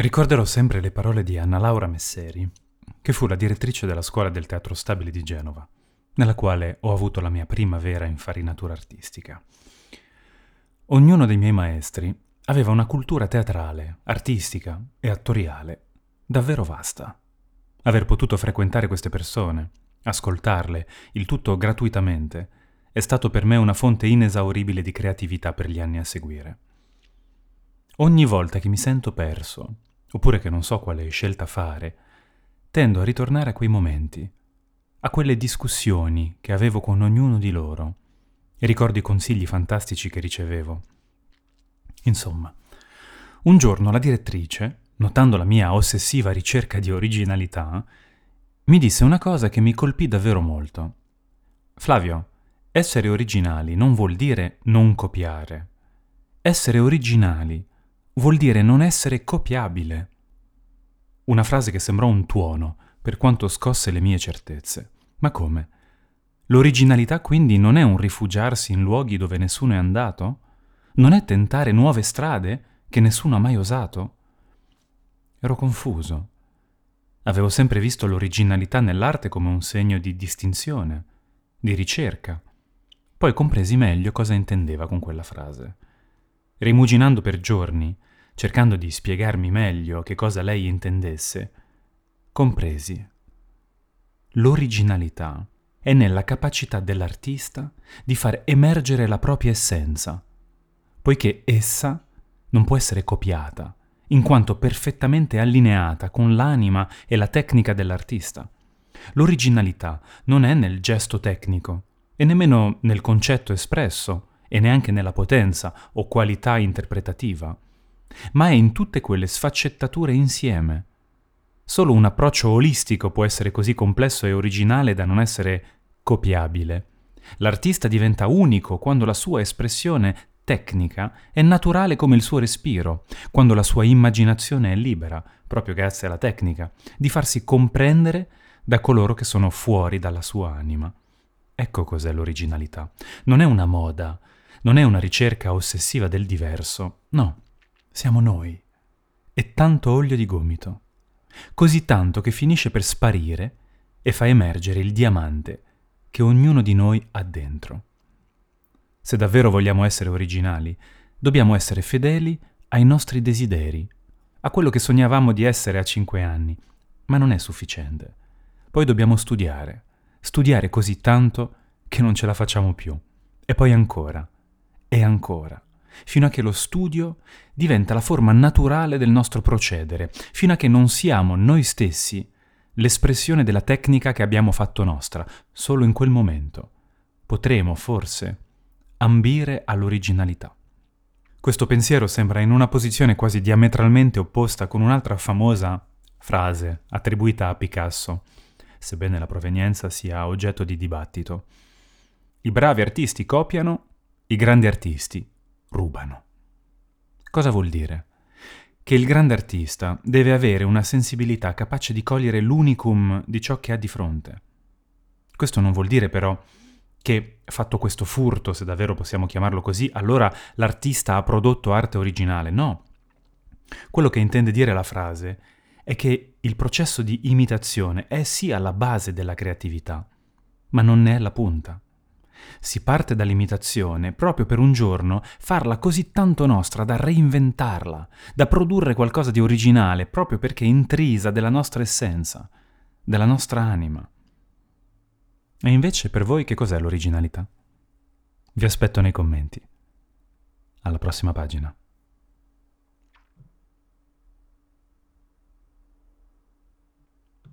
Ricorderò sempre le parole di Anna Laura Messeri, che fu la direttrice della scuola del Teatro Stabile di Genova, nella quale ho avuto la mia prima vera infarinatura artistica. Ognuno dei miei maestri aveva una cultura teatrale, artistica e attoriale davvero vasta. Aver potuto frequentare queste persone, ascoltarle, il tutto gratuitamente, è stato per me una fonte inesauribile di creatività per gli anni a seguire. Ogni volta che mi sento perso, oppure che non so quale scelta fare, tendo a ritornare a quei momenti, a quelle discussioni che avevo con ognuno di loro, e ricordo i consigli fantastici che ricevevo. Insomma, un giorno la direttrice, notando la mia ossessiva ricerca di originalità, mi disse una cosa che mi colpì davvero molto. Flavio, essere originali non vuol dire non copiare. Essere originali vuol dire non essere copiabile. Una frase che sembrò un tuono, per quanto scosse le mie certezze. Ma come? L'originalità quindi non è un rifugiarsi in luoghi dove nessuno è andato? Non è tentare nuove strade che nessuno ha mai osato? Ero confuso. Avevo sempre visto l'originalità nell'arte come un segno di distinzione, di ricerca. Poi compresi meglio cosa intendeva con quella frase. Rimuginando per giorni, cercando di spiegarmi meglio che cosa lei intendesse, compresi. L'originalità è nella capacità dell'artista di far emergere la propria essenza, poiché essa non può essere copiata, in quanto perfettamente allineata con l'anima e la tecnica dell'artista. L'originalità non è nel gesto tecnico, e nemmeno nel concetto espresso, e neanche nella potenza o qualità interpretativa, ma è in tutte quelle sfaccettature insieme. Solo un approccio olistico può essere così complesso e originale da non essere copiabile. L'artista diventa unico quando la sua espressione tecnica è naturale come il suo respiro, quando la sua immaginazione è libera, proprio grazie alla tecnica, di farsi comprendere da coloro che sono fuori dalla sua anima. Ecco cos'è l'originalità. Non è una moda, non è una ricerca ossessiva del diverso, no, siamo noi. E tanto olio di gomito, così tanto che finisce per sparire e fa emergere il diamante che ognuno di noi ha dentro. Se davvero vogliamo essere originali, dobbiamo essere fedeli ai nostri desideri, a quello che sognavamo di essere a 5 anni, ma non è sufficiente. Poi dobbiamo studiare così tanto che non ce la facciamo più, e poi ancora, e ancora, fino a che lo studio diventa la forma naturale del nostro procedere, fino a che non siamo noi stessi l'espressione della tecnica che abbiamo fatto nostra. Solo in quel momento potremo, forse, ambire all'originalità. Questo pensiero sembra in una posizione quasi diametralmente opposta con un'altra famosa frase attribuita a Picasso, sebbene la provenienza sia oggetto di dibattito. I bravi artisti copiano, i grandi artisti rubano. Cosa vuol dire? Che il grande artista deve avere una sensibilità capace di cogliere l'unicum di ciò che ha di fronte. Questo non vuol dire però che, fatto questo furto, se davvero possiamo chiamarlo così, allora l'artista ha prodotto arte originale. No. Quello che intende dire la frase è che il processo di imitazione è sì alla base della creatività, ma non ne è la punta. Si parte dall'imitazione proprio per un giorno farla così tanto nostra da reinventarla, da produrre qualcosa di originale proprio perché intrisa della nostra essenza, della nostra anima. E invece per voi che cos'è l'originalità? Vi aspetto nei commenti. Alla prossima pagina.